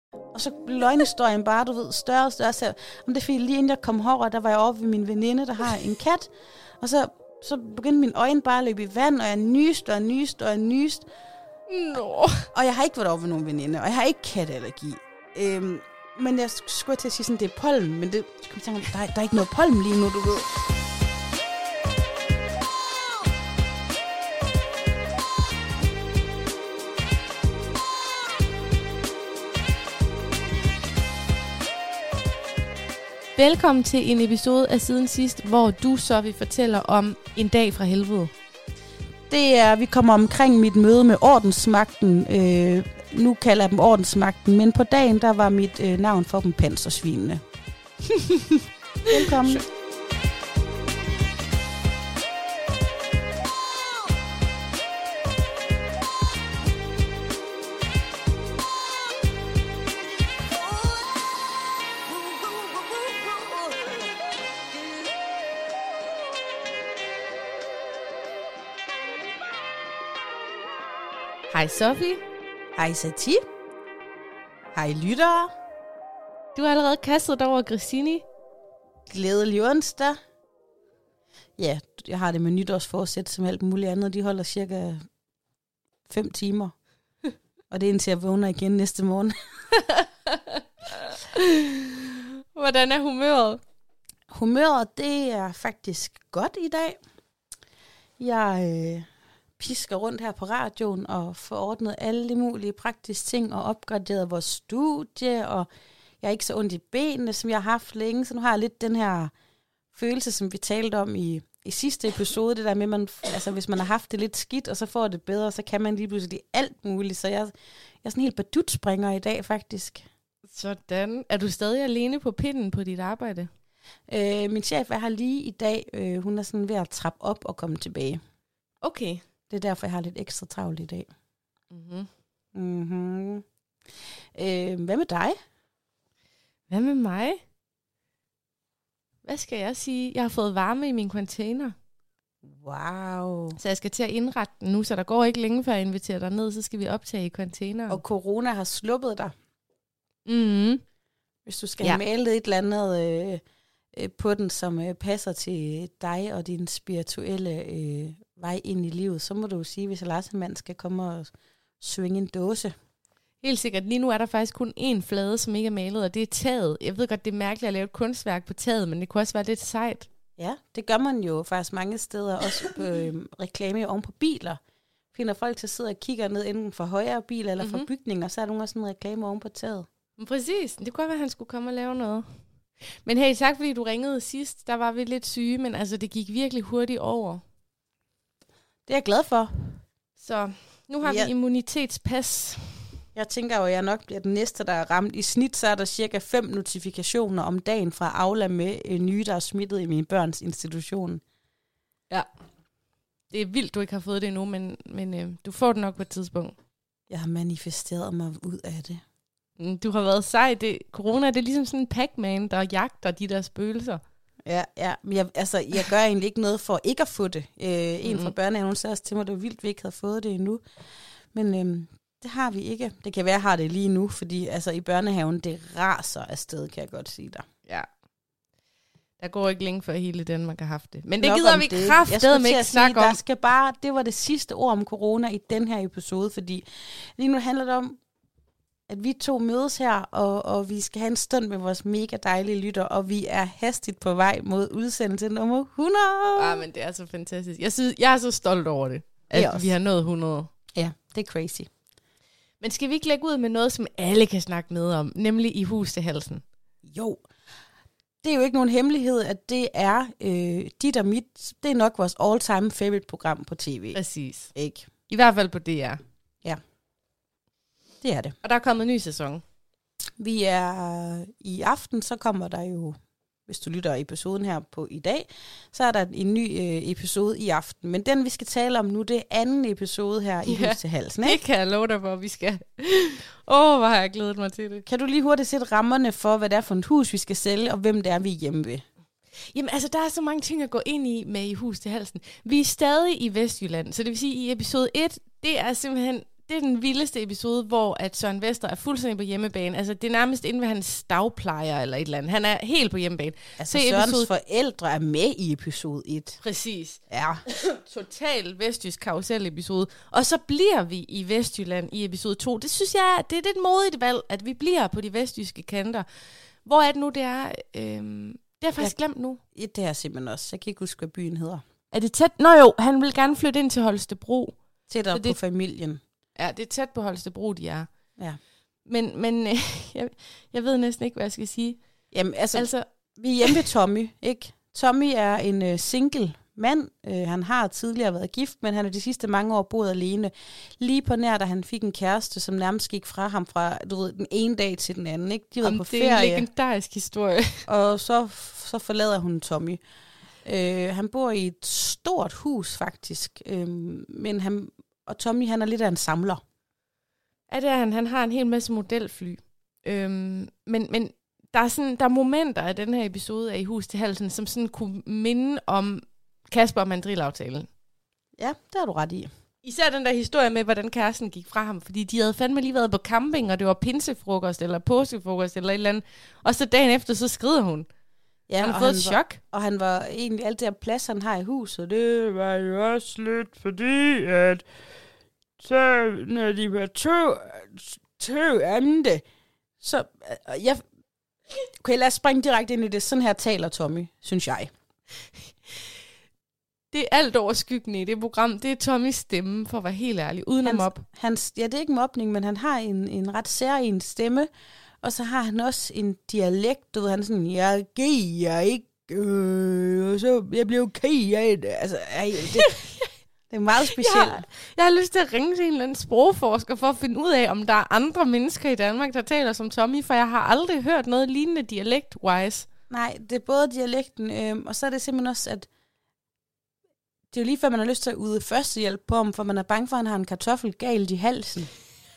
Og så løgnhistorien bare, du ved, større og større. Så, om det er fordi, lige inden jeg kom herover, der var jeg oppe ved min veninde, der har en kat. Og så begyndte mine øjne bare at løbe i vand, og jeg nyste og nyste og nyste. Og jeg har ikke været over ved nogen veninde, og jeg har ikke katallergi. Men jeg skulle til at sige sådan, det er pollen, men det, der er ikke noget pollen lige nu, du ved. Velkommen til en episode af Siden Sidst, hvor du så vil fortælle om en dag fra helvede. Det er, vi kommer omkring mit møde med ordensmagten. Nu kalder jeg dem ordensmagten, men på dagen, der var mit navn for dem pansersvinene. Velkommen. Hej Sofie. Hej Sati. Hej lyttere. Du har allerede kastet dig over Grissini. Glædelig onsdag. Ja, jeg har det med nytårsforsæt som alt muligt andet. De holder cirka 5 timer. Og det er indtil jeg vågner igen næste morgen. Hvordan er humøret? Humøret, det er faktisk godt i dag. Jeg pisker rundt her på radioen og får ordnet alle mulige praktiske ting og opgraderet vores studie, og jeg er ikke så ondt i benene, som jeg har haft længe, så nu har jeg lidt den her følelse, som vi talte om i sidste episode, det der med, man, altså hvis man har haft det lidt skidt, og så får det bedre, så kan man lige pludselig alt muligt, så jeg er sådan helt badutspringer i dag faktisk. Sådan. Er du stadig alene på pinden på dit arbejde? Min chef er her lige i dag, hun er sådan ved at trappe op og komme tilbage. Okay. Det er derfor, jeg har lidt ekstra travlt i dag. Hvad med dig? Hvad med mig? Hvad skal jeg sige? Jeg har fået varme i min container. Wow. Så jeg skal til at indrette den nu, så der går ikke længe, før jeg inviterer dig ned, så skal vi optage i containeren. Og corona har sluppet dig. Hvis du skal have malet et eller andet på den, som passer til dig og din spirituelle vej ind i livet, så må du jo sige, hvis Larsen skal komme og svinge en dåse. Helt sikkert. Lige nu er der faktisk kun én flade, som ikke er malet, og det er taget. Jeg ved godt, det er mærkeligt at lave et kunstværk på taget, men det kunne også være lidt sejt. Ja, det gør man jo faktisk mange steder, også på reklame oven på biler. Finder folk til at sidde og kigger ned enten for højere biler eller for bygninger, så er der nogle sådan en reklame oven på taget. Præcis. Det kunne være, at han skulle komme og lave noget. Men hey, tak fordi du ringede sidst. Der var vi lidt syge, men altså det gik virkelig hurtigt over. Det er jeg glad for. Så nu har vi immunitetspas. Jeg tænker jo, at jeg nok bliver den næste, der er ramt. I snit så er der cirka 5 notifikationer om dagen fra Aula med nye, der er smittet i mine børns institution. Ja. Det er vildt, du ikke har fået det endnu, men du får det nok på et tidspunkt. Jeg har manifesteret mig ud af det. Du har været sej. Corona, det er ligesom sådan en Pac-Man, der jagter de der spøgelser. Ja, men jeg gør egentlig ikke noget for ikke at få det. En fra børnehaven, hun sagde også til mig, det var vildt, vi ikke havde fået det endnu. Men det har vi ikke. Det kan være, jeg har det lige nu, fordi altså, i børnehaven, det raser afsted, kan jeg godt sige dig. Ja. Der går ikke længe før hele Danmark har haft det. Men det gider vi kraftedeme ikke snakke om. Det var det sidste ord om corona i den her episode, fordi lige nu handler det om, at vi to mødes her, og vi skal have en stund med vores mega dejlige lytter, og vi er hastigt på vej mod udsendelse nummer 100. Men det er så fantastisk. Jeg er så stolt over det, at vi har nået 100. Ja, det er crazy. Men skal vi ikke lægge ud med noget, som alle kan snakke med om, nemlig I hus til halsen? Jo. Det er jo ikke nogen hemmelighed, at det er dit og mit, det er nok vores all-time favorite program på tv. Præcis. Ikke? I hvert fald på DR. Ja. Det er det. Og der er kommet en ny sæson. Vi er i aften, så kommer der jo, hvis du lytter episoden her på i dag, så er der en ny episode i aften. Men den, vi skal tale om nu, det er anden episode her i Hus til Halsen, ikke? Det kan jeg love dig for, vi skal. Hvor har jeg glædet mig til det. Kan du lige hurtigt sætte rammerne for, hvad det er for et hus, vi skal sælge, og hvem det er, vi er hjemme ved? Jamen altså, der er så mange ting at gå ind i med I hus til halsen. Vi er stadig i Vestjylland, så det vil sige, i episode 1, det er simpelthen det er den vildeste episode, hvor at Søren Vester er fuldstændig på hjemmebane. Altså, det er nærmest inde ved hans dagplejer eller et eller andet. Han er helt på hjemmebane. Altså, Sørens forældre er med i episode 1. Præcis. Ja. Total vestjysk karusel-episode. Og så bliver vi i Vestjylland i episode 2. Det synes jeg, det er lidt modigt valg, at vi bliver på de vestjyske kanter. Hvor er det nu, det er? Det er faktisk glemt nu. Ja, det er simpelthen også. Jeg kan ikke huske, hvad byen hedder. Er det tæt? Nå jo, han vil gerne flytte ind til Holstebro. Tættere på familien. Ja, det er tæt på Holstebro, de er. Ja. Men jeg ved næsten ikke, hvad jeg skal sige. Jamen, altså vi er hjemme ved Tommy, ikke? Tommy er en single mand. Han har tidligere været gift, men han har de sidste mange år boet alene. Lige på nær, da han fik en kæreste, som nærmest gik fra ham fra den ene dag til den anden. Ikke? De var på ferie. Det er en legendarisk historie. Og så forlader hun Tommy. Han bor i et stort hus, faktisk. Men Tommy, han er lidt af en samler. Ja, det er han. Han har en hel masse modelfly. Men der er momenter af den her episode af I hus til halsen, som sådan kunne minde om Kasper og Mandrill-aftalen. Ja, det har du ret i. Især den der historie med, hvordan kæresten gik fra ham, fordi de havde fandme lige været på camping, og det var pinsefrokost eller påskefrokost eller et eller andet. Og så dagen efter, så skrider hun. Ja, han har fået et chok. Og han var egentlig alt det her plads, han har i huset. Det var jo også lidt fordi, at så når de var to andre, så okay, lad os springe direkte ind i det. Sådan her taler Tommy, synes jeg. Det er alt overskyggende i det program. Det er Tommys stemme, for at være helt ærlig, uden at mobbe. Ja, det er ikke mobning, men han har en ret særlig stemme, og så har han også en dialekt, du ved, han er sådan, jeg giver ikke, og så jeg blev ked af det. Altså, det er meget specielt. Jeg har lyst til at ringe til en eller anden sprogforsker, for at finde ud af, om der er andre mennesker i Danmark, der taler som Tommy, for jeg har aldrig hørt noget lignende dialekt-wise. Nej, det er både dialekten, og så er det simpelthen også, at det er jo lige før, man har lyst til at yde førstehjælp på ham, for man er bange for, at han har en kartoffel galt i halsen.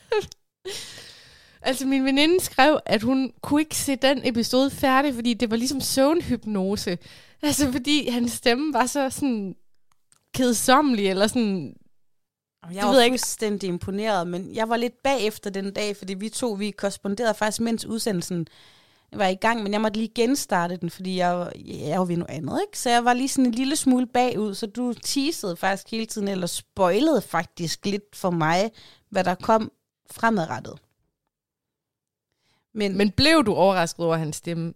Altså, min veninde skrev, at hun kunne ikke se den episode færdig, fordi det var ligesom søvnhypnose. Altså, fordi hans stemme var så sådan kedsommelig, eller sådan. Jeg var fuldstændig imponeret, men jeg var lidt bagefter den dag, fordi vi korresponderede faktisk, mens udsendelsen var i gang, men jeg måtte lige genstarte den, fordi jeg var ved noget andet, ikke? Så jeg var lige sådan en lille smule bagud, så du teasede faktisk hele tiden, eller spoilede faktisk lidt for mig, hvad der kom fremadrettet. Men blev du overrasket over hans stemme?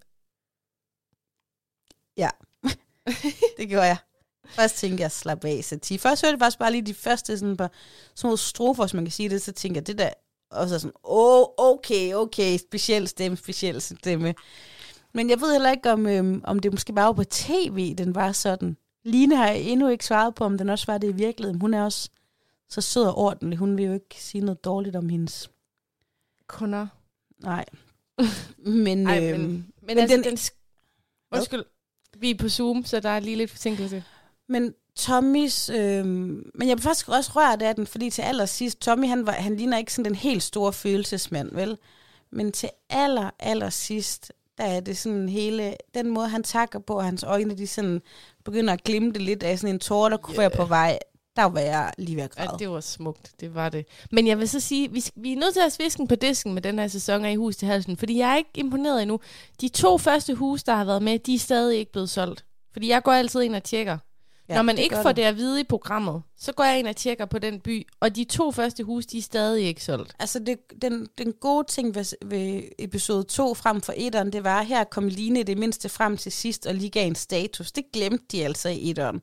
Ja, det gjorde jeg. Først tænkte jeg, slap af, Satie. Først hørte jeg faktisk bare lige de første sådan par små strofer, hvis man kan sige det, så tænkte jeg, det der. Og så sådan, okay, speciel stemme. Men jeg ved heller ikke, om det måske bare var på tv, den var sådan. Line har endnu ikke svaret på, om den også var det i virkeligheden. Hun er også så sød og ordentlig. Hun vil jo ikke sige noget dårligt om hendes kunder. Nej. Men altså, undskyld, vi er på Zoom, så der er lige lidt forsinkelse. Men Tommys, men jeg blev faktisk også rørt af den, fordi til allersidst, Tommy, han ligner ikke sådan den helt store følelsesmand, vel? Men til allersidst, der er det sådan hele, den måde han takker på, og hans øjne, de sådan begynder at glimte lidt af sådan en tårer, der kunne være på vej. Der var jeg lige ved at græde. Ja, det var smukt, det var det. Men jeg vil så sige, vi er nødt til at svisken på disken med den her sæson af I hus til halsen, fordi jeg er ikke imponeret endnu. De 2 første hus, der har været med, de er stadig ikke blevet solgt. Fordi jeg går altid ind og tjekker. Ja, når man ikke får det at vide i programmet, så går jeg ind og tjekker på den by, og de 2 første hus, de er stadig ikke solgt. Altså den gode ting ved episode 2 frem for 1'eren, det var, her kom Line det mindste frem til sidst, og lige gav en status. Det glemte de altså i 1'eren.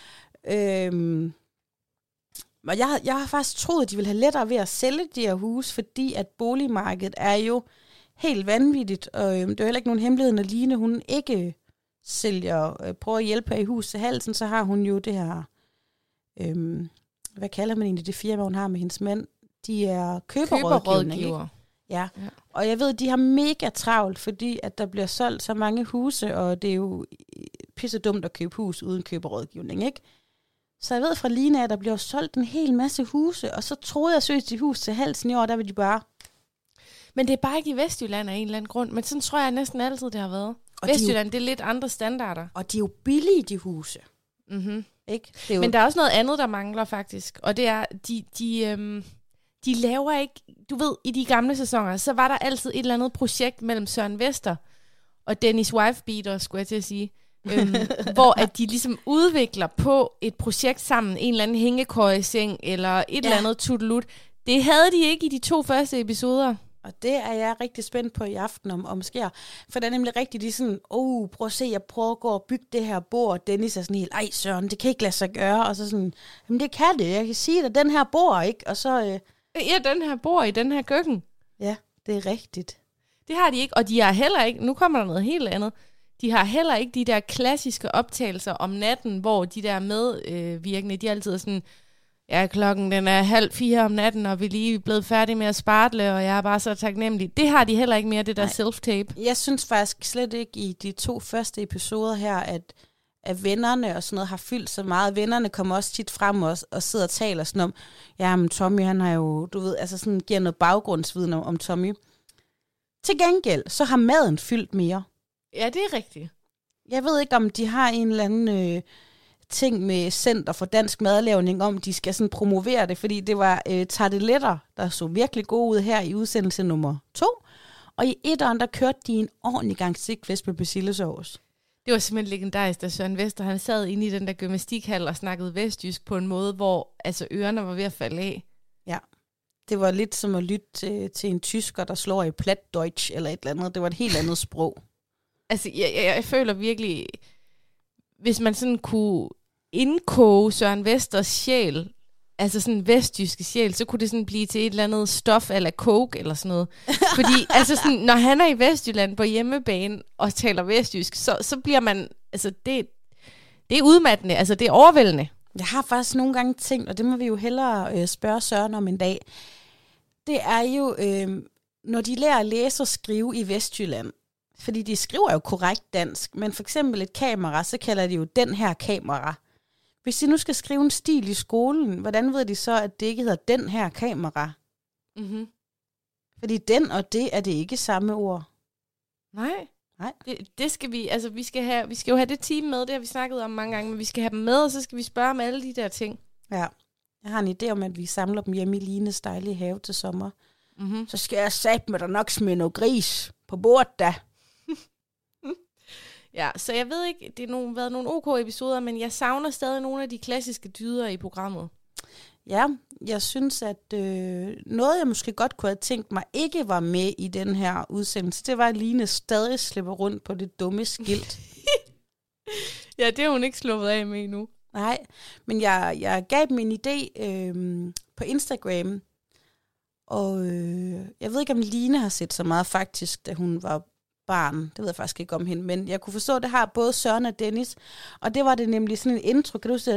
Og jeg har faktisk troet, at de ville have lettere ved at sælge de her hus, fordi at boligmarkedet er jo helt vanvittigt, og det er jo heller ikke nogen hemmelighed, når Line, hun ikke prøver at hjælpe her i hus til halsen, så har hun jo det her, hvad kalder man egentlig det firma, hun har med hendes mand? De er køberrådgiver. Ja, og jeg ved, de har mega travlt, fordi at der bliver solgt så mange huse, og det er jo pisse dumt at købe hus uden køberrådgivning, ikke? Så jeg ved fra Line, at der bliver solgt en hel masse huse, og så troede jeg søgt i hus til halsen i år, der vil de bare. Men det er bare ikke i Vestjylland af en eller anden grund, men sådan tror jeg næsten altid, det har været. Og Vestjylland, det er lidt andre standarder. Og de er jo billige, de huse. Mm-hmm. Ikke? Det er jo... Men der er også noget andet, der mangler faktisk, og det er, de laver ikke, du ved, i de gamle sæsoner, så var der altid et eller andet projekt mellem Søren Vester og Dennis Wifebeater, skulle jeg til at sige, hvor at de ligesom udvikler på et projekt sammen, en eller anden hængekøjeseng, eller et eller andet tutelut. Det havde de ikke i de 2 første episoder. Og det er jeg rigtig spændt på i aften, om sker. For det er nemlig rigtigt, de er sådan, prøv at se, jeg prøver at gå og bygge det her bord. Dennis er sådan helt, ej Søren, det kan ikke lade sig gøre. Og så sådan, jamen det kan det, jeg kan sige det, den her bord, ikke? Og så... Ja, den her bord i den her køkken. Ja, det er rigtigt. Det har de ikke, og de har heller ikke, nu kommer der noget helt andet, de har heller ikke de der klassiske optagelser om natten, hvor de der medvirkende, de er altid sådan, ja, klokken den er 3:30 om natten, og vi er lige blevet færdige med at spartle, og jeg er bare så taknemmelig. Det har de heller ikke mere, det der self-tape. Jeg synes faktisk slet ikke i de 2 første episoder her, at vennerne og sådan noget har fyldt så meget. Vennerne kommer også tit frem og sidder og taler sådan om, ja, men Tommy, han har jo, du ved, altså sådan giver noget baggrundsviden om Tommy. Til gengæld, så har maden fyldt mere. Ja, det er rigtigt. Jeg ved ikke, om de har en eller anden ting med Center for Dansk Madlavning, om de skal sådan promovere det, fordi det var tarteletter, der så virkelig gode ud her i udsendelse nummer 2. Og i 1'eren, der kørte de en ordentlig gang stikflæsk med persillesauce. Det var simpelthen legendarisk, da Søren Vester, han sad inde i den der gymnastikhal og snakkede vestjysk på en måde, hvor altså ørerne var ved at falde af. Ja, det var lidt som at lytte til en tysker, der slår i Plattdeutsch eller et eller andet. Det var et helt andet sprog. Altså, jeg føler virkelig, hvis man sådan kunne indkoge Søren Vesters sjæl, altså sådan en vestjyske sjæl, så kunne det sådan blive til et eller andet stof eller coke eller sådan noget. Fordi altså sådan, når han er i Vestjylland på hjemmebane og taler vestjysk, så bliver man, altså det er udmattende, altså det er overvældende. Jeg har faktisk nogle gange tænkt, og det må vi jo hellere spørge Søren om en dag, det er jo, når de lærer at læse og skrive i Vestjylland, fordi de skriver jo korrekt dansk, men for eksempel et kamera, så kalder de jo den her kamera. Hvis de nu skal skrive en stil i skolen, hvordan ved de så, at det ikke hedder den her kamera? Mm-hmm. Fordi den og det er det ikke samme ord. Nej. Det skal vi, altså vi skal jo have det team med, det har vi snakket om mange gange, men vi skal have dem med, og så skal vi spørge om alle de der ting. Ja, jeg har en idé om, at vi samler dem hjemme i Lines dejlige have til sommer. Mm-hmm. Så skal jeg sætte med der nok smide noget gris på bordet da. Ja, så jeg ved ikke, det har været nogle OK episoder, men jeg savner stadig nogle af de klassiske dyder i programmet. Ja, jeg synes, at noget, jeg måske godt kunne have tænkt mig, ikke var med i den her udsendelse, det var, at Line stadig slipper rundt på det dumme skilt. Ja, det er hun ikke sluppet af med endnu. Nej, men jeg gav dem en idé på Instagram, og jeg ved ikke, om Line har set så meget faktisk, da hun var barn. Det ved jeg faktisk ikke om hende, men jeg kunne forstå, at det har både Søren og Dennis, og det var det nemlig sådan en intro, kan du sige,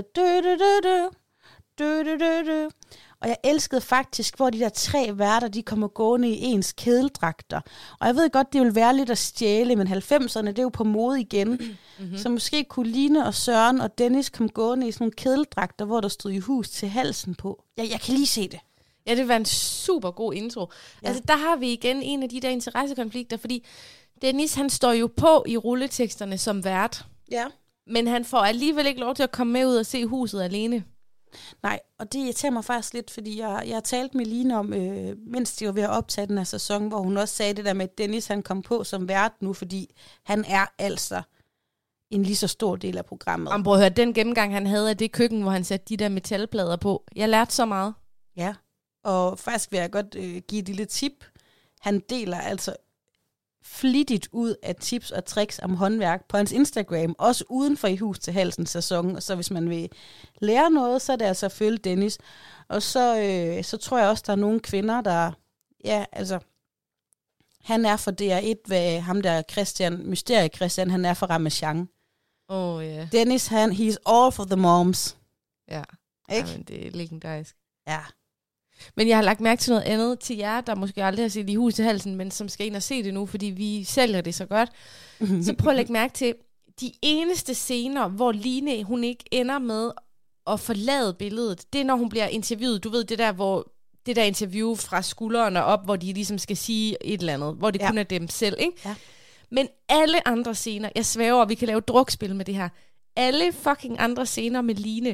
og jeg elskede faktisk, hvor de der 3 værter, de kommer gående i ens kedeldragter. Og jeg ved godt, det vil være lidt at stjæle, men 90'erne, det er jo på mode igen. Mm-hmm. Så måske kunne Line og Søren og Dennis komme gående i sådan nogle kedeldragter, hvor der stod i hus til halsen på. Jeg kan lige se det. Ja, det var en super god intro. Ja. Altså, der har vi igen en af de der interessekonflikter, fordi Dennis, han står jo på i rulleteksterne som vært. Ja. Men han får alligevel ikke lov til at komme med ud og se huset alene. Nej, og det irriterer mig faktisk lidt, fordi jeg har talt med Line om, mens de var ved at optage den her sæson, hvor hun også sagde det der med, at Dennis han kom på som vært nu, fordi han er altså en lige så stor del af programmet. Prøv at høre, den gennemgang, han havde af det køkken, hvor han satte de der metalplader på. Jeg lærte så meget. Ja, og faktisk vil jeg godt give et lille tip. Han deler altså flittigt ud af tips og tricks om håndværk på hans Instagram, også uden for i hus til halsen sæson. Og så hvis man vil lære noget, så er det altså at følge Dennis. Og så tror jeg også, der er nogle kvinder, der, ja, altså, han er for DR1, hvad ham der Christian, Mysterie Christian, han er for Ramachan. Yeah. Dennis, he's all for the moms. Ja, ikke? Jamen, det er legendarisk. Ja. Men jeg har lagt mærke til noget andet til jer, der måske aldrig har set i hus til halsen, men som skal ind og se det nu, fordi vi sælger det så godt. Så prøv at lægge mærke til, de eneste scener, hvor Line, hun ikke ender med at forlade billedet, det er, når hun bliver interviewet. Du ved, det der interview fra skuldrene op, hvor de ligesom skal sige et eller andet, hvor det kun er dem selv, ikke? Ja. Men alle andre scener, jeg svæver, vi kan lave drukspil med det her, alle fucking andre scener med Line,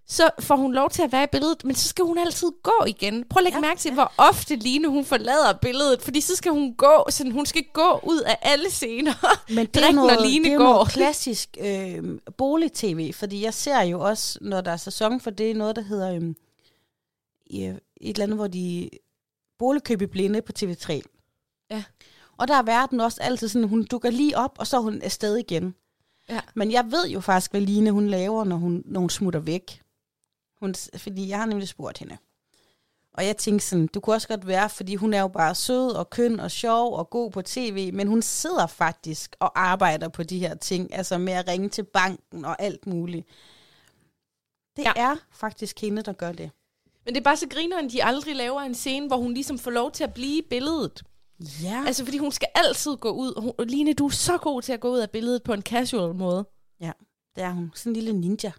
så får hun lov til at være i billedet, men så skal hun altid gå igen. Prøv at lægge mærke til, hvor ofte Line hun forlader billedet, fordi så skal hun gå, så hun skal gå ud af alle scener. Men det er noget klassisk bolig-tv, fordi jeg ser jo også, når der er sæson for det, noget, der hedder et eller andet, hvor de boligkøb i blinde på TV3. Ja. Og der er verden også altid sådan, hun dukker lige op, og så er hun afsted igen. Ja. Men jeg ved jo faktisk, hvad Line hun laver, når hun smutter væk. Fordi jeg har nemlig spurgt hende. Og jeg tænkte sådan, det kunne også godt være, fordi hun er jo bare sød og køn og sjov og god på tv, men hun sidder faktisk og arbejder på de her ting, altså med at ringe til banken og alt muligt. Det er faktisk hende, der gør det. Men det er bare så grineren, de aldrig laver en scene, hvor hun ligesom får lov til at blive i billedet. Ja. Altså, fordi hun skal altid gå ud. Line, du er så god til at gå ud af billedet på en casual måde. Ja, det er hun. Sådan en lille ninja.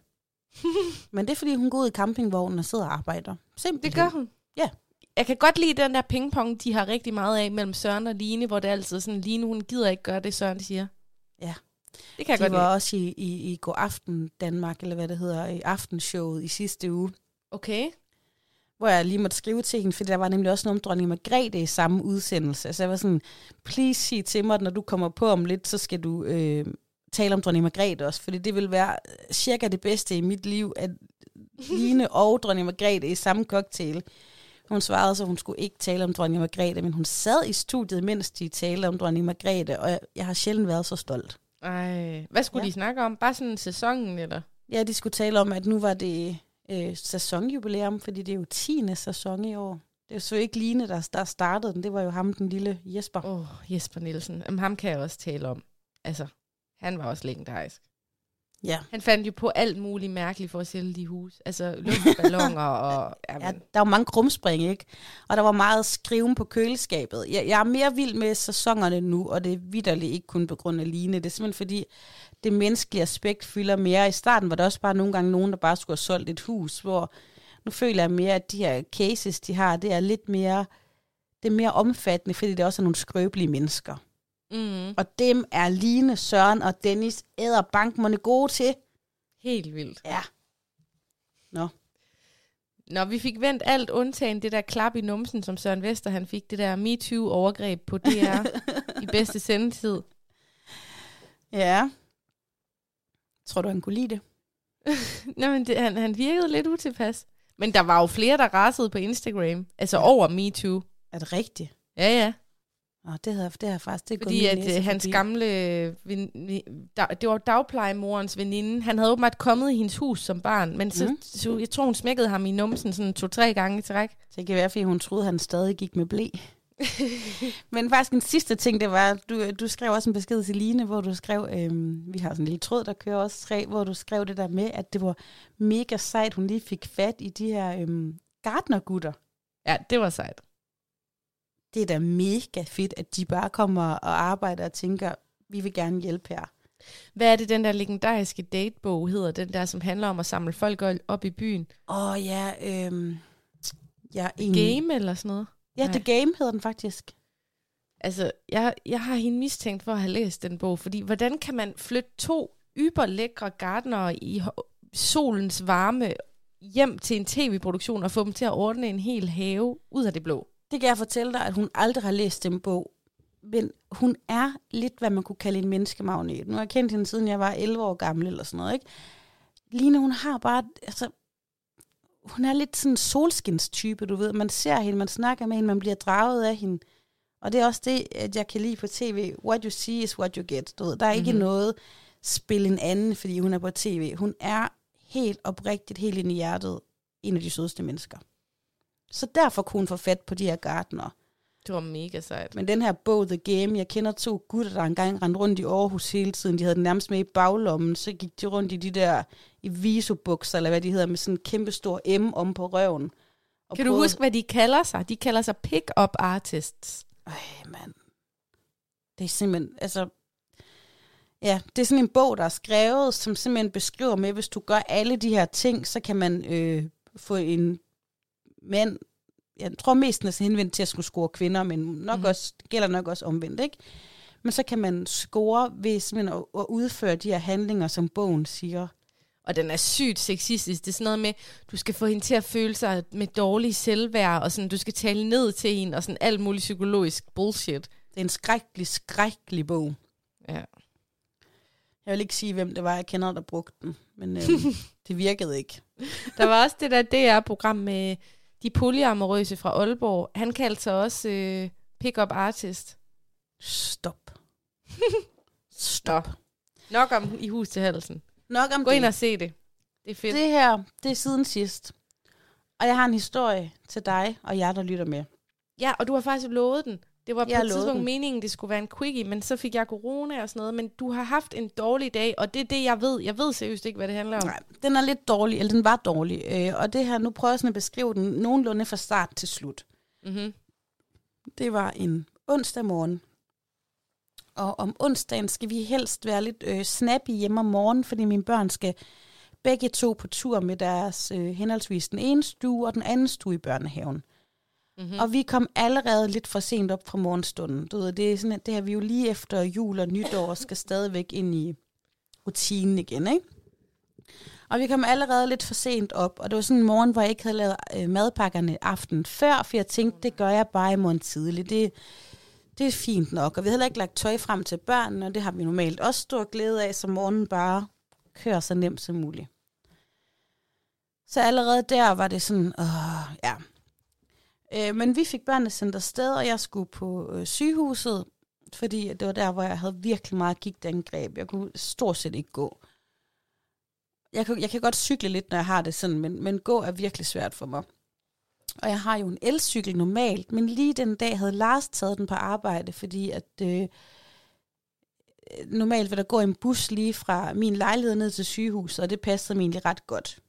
Men det er, fordi hun går ud i campingvognen og sidder og arbejder. Simpelthen. Det gør hun. Ja. Jeg kan godt lide den der pingpong, de har rigtig meget af mellem Søren og Line, hvor det er altid sådan, Line, hun gider ikke gøre det, Søren siger. Ja. Det kan jeg de godt lide. De var også i God Aften Danmark, eller hvad det hedder, i aftenshowet i sidste uge. Okay. Hvor jeg lige måtte skrive til hende, fordi der var nemlig også noget om dronning Margrethe i samme udsendelse. Så jeg var sådan, please sig til mig, når du kommer på om lidt, så skal du tale om dronning Margrethe også, fordi det vil være cirka det bedste i mit liv, at Line og dronning Margrethe i samme cocktail. Hun svarede så, hun skulle ikke tale om dronning Margrethe, men hun sad i studiet, mens de talte om dronning Margrethe, og jeg har sjældent været så stolt. Ej, hvad skulle de snakke om? Bare sådan sæsonen, eller? Ja, de skulle tale om, at nu var det sæsonjubilæum, fordi det er jo 10. sæson i år. Det er jo så ikke Line, der startede den. Det var jo ham, den lille Jesper. Jesper Nielsen. Jamen, ham kan jeg også tale om. Altså, han var også legendarisk. Ja. Han fandt jo på alt muligt mærkeligt for at sælge de hus. Altså, luftballoner og... Ja, der var mange krumspring, ikke? Og der var meget skriven på køleskabet. Jeg er mere vild med sæsonerne nu, og det er vitterligt ikke kun på grund af Line. Det er simpelthen fordi, det menneskelige aspekt fylder mere. I starten var der også bare nogle gange nogen, der bare skulle have solgt et hus, hvor nu føler jeg mere, at de her cases, de har, det er lidt mere, det er mere omfattende, fordi det også er nogle skrøbelige mennesker. Mm. Og dem er Line, Søren og Dennis æderbankerne gode til. Helt vildt. Ja. Nå, vi fik vendt alt undtagen det der klap i numsen, som Søren Vester han fik, det der MeToo-overgreb på DR i bedste sendetid. Ja. Tror du, han kunne lide det? Nå, men han virkede lidt utilpas. Men der var jo flere, der rasede på Instagram. Altså over MeToo. Er det rigtigt? Ja, ja. Det havde jeg faktisk ikke. Fordi at hans gamle... det var dagplejemorens veninde. Han havde åbenbart kommet i hendes hus som barn. Men så jeg tror, hun smækkede ham i numsen sådan 2-3 gange i træk. Det kan være, fordi hun troede, han stadig gik med ble. Men faktisk en sidste ting, det var, du skrev også en besked til Line, hvor du skrev, vi har sådan en lille tråd, der kører også, hvor du skrev det der med, at det var mega sejt, hun lige fik fat i de her gartnergutter. Ja, det var sejt. Det er da mega fedt, at de bare kommer og arbejder og tænker, vi vil gerne hjælpe her. Hvad er det, den der legendariske datebog hedder, den der, som handler om at samle folk op i byen? Ja, Game eller sådan noget? Ja, The Game hedder den faktisk. Altså, jeg har hende mistænkt for at have læst den bog, fordi hvordan kan man flytte 2 yberlækre gartnere i solens varme hjem til en tv-produktion og få dem til at ordne en hel have ud af det blå? Det kan jeg fortælle dig, at hun aldrig har læst den bog. Men hun er lidt, hvad man kunne kalde en menneskemagnet. Nu har jeg kendt hende, siden jeg var 11 år gammel eller sådan noget, ikke? Line, hun har bare... Altså, hun er lidt sådan en solskinstype, du ved. Man ser hende, man snakker med hende, man bliver draget af hende. Og det er også det, at jeg kan lide på tv. What you see is what you get. Du ved. Der er ikke noget spil en anden, fordi hun er på tv. Hun er helt oprigtigt, helt ind i hjertet, en af de sødeste mennesker. Så derfor kunne hun få fat på de her gartnere. Det var mega sejt. Men den her bog, The Game, jeg kender 2 gutter, der engang rendte rundt i Aarhus hele tiden. De havde den nærmest med i baglommen. Så gik de rundt i de der i visobukser, eller hvad de hedder, med sådan en kæmpe stor M om på røven. Og kan du huske, hvad de kalder sig? De kalder sig pick-up artists. Mand. Det er simpelthen, altså... Ja, det er sådan en bog, der er skrevet, som simpelthen beskriver med, hvis du gør alle de her ting, så kan man få en mand... Jeg tror mest næsten henvendt til at skulle score kvinder, men nok også, det gælder nok også omvendt, ikke? Men så kan man score ved simpelthen at udføre de her handlinger, som bogen siger. Og den er sygt sexistisk. Det er sådan noget med, du skal få hende til at føle sig med dårlig selvværd, og sådan, du skal tale ned til hende, og sådan alt muligt psykologisk bullshit. Det er en skrækkelig bog. Ja. Jeg vil ikke sige, hvem det var, jeg kender, der brugte den, men det virkede ikke. Der var også det der DR-program med de polyamorøse fra Aalborg. Han kaldte sig også pick-up artist. Stop. Nok om I hus til halsen. Nok om Gå ind og se det. Det er fedt. Det her, det er siden sidst. Og jeg har en historie til dig og jer, der lytter med. Ja, og du har faktisk lovet den. Det var på Jeg et tidspunkt den. meningen, det skulle være en quickie, men så fik jeg corona og sådan noget. Men du har haft en dårlig dag, og det er det, jeg ved. Jeg ved seriøst ikke, hvad det handler om. Nej, den er lidt dårlig, eller den var dårlig. Og det her, nu prøver jeg sådan at beskrive den nogenlunde fra start til slut. Mm-hmm. Det var en onsdag morgen. Og om onsdagen skal vi helst være lidt snappy hjemme om morgenen, fordi mine børn skal begge to på tur med deres henholdsvis den ene stue og den anden stue i børnehaven. Mm-hmm. Og vi kom allerede lidt for sent op fra morgenstunden. Du ved, det er sådan, at det her vi jo lige efter jul og nytår skal stadigvæk ind i rutinen igen, ikke? Og vi kom allerede lidt for sent op, og det var sådan en morgen, hvor jeg ikke havde lavet madpakkerne aften før, for jeg tænkte, det gør jeg bare i morgen tidligt. Det er fint nok, og vi havde heller ikke lagt tøj frem til børnene, og det har vi normalt også stor glæde af, så morgenen bare kører så nemt som muligt. Så allerede der var det sådan, ja. Men vi fik børnene sendt afsted, og jeg skulle på sygehuset, fordi det var der, hvor jeg havde virkelig meget gigtangreb. Jeg kunne stort set ikke gå. Jeg kan godt cykle lidt, når jeg har det sådan, men gå er virkelig svært for mig. Og jeg har jo en elcykel normalt, men lige den dag havde Lars taget den på arbejde, fordi at normalt vil der gå en bus lige fra min lejlighed ned til sygehuset, og det passede mig egentlig ret godt.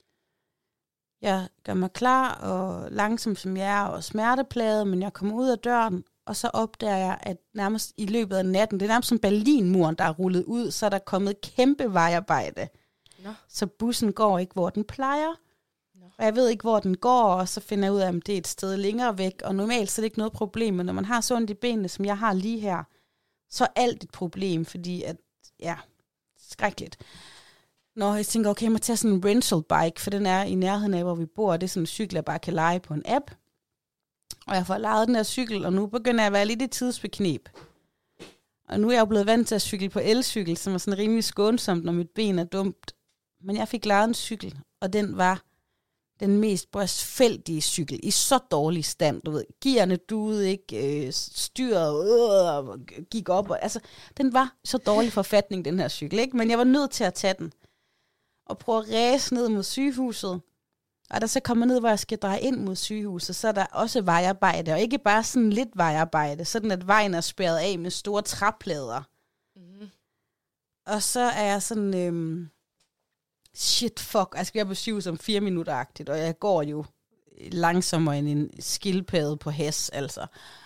Jeg gør mig klar og langsom som jeg er og smerteplaget, men jeg kommer ud af døren, og så opdager jeg, at nærmest i løbet af natten, det er nærmest som Berlinmuren, der er rullet ud, så er der kommet kæmpe vejarbejde. No. Så bussen går ikke, hvor den plejer. No. Og jeg ved ikke, hvor den går, og så finder jeg ud af, om det er et sted længere væk. Og normalt så er det ikke noget problem, men når man har så ondt i benene, som jeg har lige her, så er alt et problem, fordi at, ja, skrækkeligt. Når jeg tænker, okay, jeg må tage sådan en rental bike, for den er i nærheden af, hvor vi bor, og det er sådan en cykel, jeg bare kan lege på en app. Og jeg får lejet den her cykel, og nu begynder jeg at være lidt i tidsbekneb. Og nu er jeg jo blevet vant til at cykle på elcykel, som er sådan rimelig skånsomt, når mit ben er dumt. Men jeg fik lejet en cykel, og den var den mest brystfældige cykel, i så dårlig stand, du ved. Gearne duede ikke, styret gik op, og, altså, den var så dårlig forfatning, den her cykel, ikke? Men jeg var nødt til at tage den, og prøve at ræse ned mod sygehuset. Og der så kommer ned, hvor jeg skal dreje ind mod sygehuset, så er der også vejarbejde, og ikke bare sådan lidt vejarbejde, sådan at vejen er spærret af med store træplader. Mm-hmm. Og så er jeg sådan, shit, fuck, jeg skal være på sygehuset om 4 minutter-agtigt, og jeg går jo langsommere end en skildpadde på hæs, altså.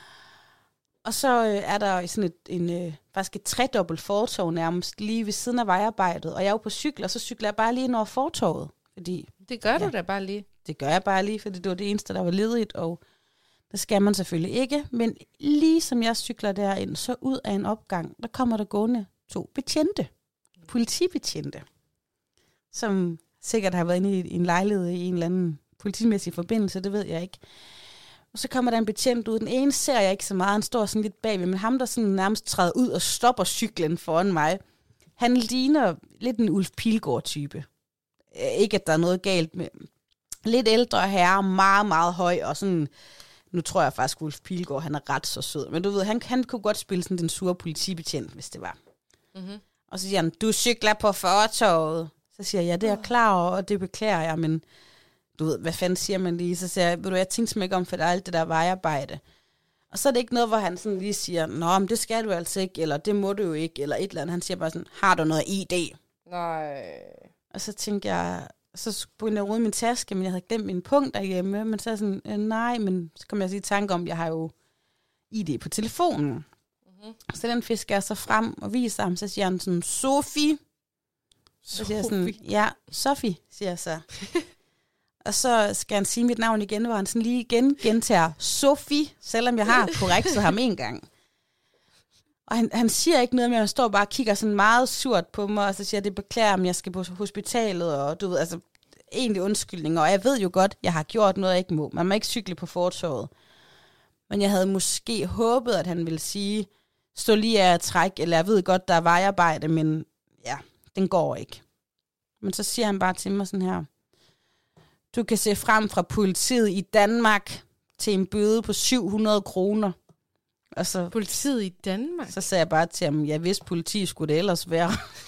Og så er der sådan faktisk et tredobbelt fortov nærmest lige ved siden af vejarbejdet, og jeg er jo på cykel, og så cykler jeg bare lige ind over fortovet. Fordi, det gør du da bare lige. Det gør jeg bare lige, fordi det var det eneste, der var ledigt, og det skal man selvfølgelig ikke. Men lige som jeg cykler derind, så ud af en opgang, der kommer der gående 2 betjente, politibetjente, som sikkert har været inde i en lejlighed i en eller anden politimæssig forbindelse, det ved jeg ikke. Og så kommer der en betjent ud. Den ene ser jeg ikke så meget, han står sådan lidt bagved, men ham, der sådan nærmest træder ud og stopper cyklen foran mig, han ligner lidt en Ulf Pilgaard-type. Ikke, at der er noget galt med lidt ældre herre, meget, meget høj, og sådan, nu tror jeg faktisk, Ulf Pilgaard, han er ret så sød, men du ved, han kunne godt spille sådan den sure politibetjent, hvis det var. Mm-hmm. Og så siger han, du cykler på fortovet. Så siger jeg, ja, det er jeg klar over, og det beklager jeg, men du ved, hvad fanden siger man lige? Så siger jeg, ved du, jeg tænkte mig ikke om, for der er alt det der vejarbejde. Og så er det ikke noget, hvor han sådan lige siger, nå, men det skal du altså ikke, eller det må du jo ikke, eller et eller andet. Han siger bare sådan, har du noget ID? Nej. Og så tænkte jeg, så begyndte jeg at rode min taske, men jeg havde glemt min punkt derhjemme. Men så er sådan, nej, men så kom jeg så i tanke om, jeg har jo ID på telefonen. Mm-hmm. Så den fisker jeg så frem og viser ham, så siger han sådan, Sofie. Så siger jeg sådan, ja, Sofie, siger jeg så. Og så skal han sige mit navn igen, hvor han sådan lige igen gentager Sofie, selvom jeg har korrekset ham en gang. Og han siger ikke noget mere, han står bare og kigger sådan meget surt på mig, og så siger, det beklager, om jeg skal på hospitalet, og du ved, altså egentlig undskyldning. Og jeg ved jo godt, jeg har gjort noget, jeg ikke må. Man må ikke cykle på fortovet. Men jeg havde måske håbet, at han ville sige, stå lige af at trække, eller jeg ved godt, der er vejarbejde, men ja, den går ikke. Men så siger han bare til mig sådan her, du kan se frem fra politiet i Danmark til en bøde på 700 kroner. Og så, politiet i Danmark? Så sagde jeg bare til ham, jeg vidste politiet skulle det ellers være.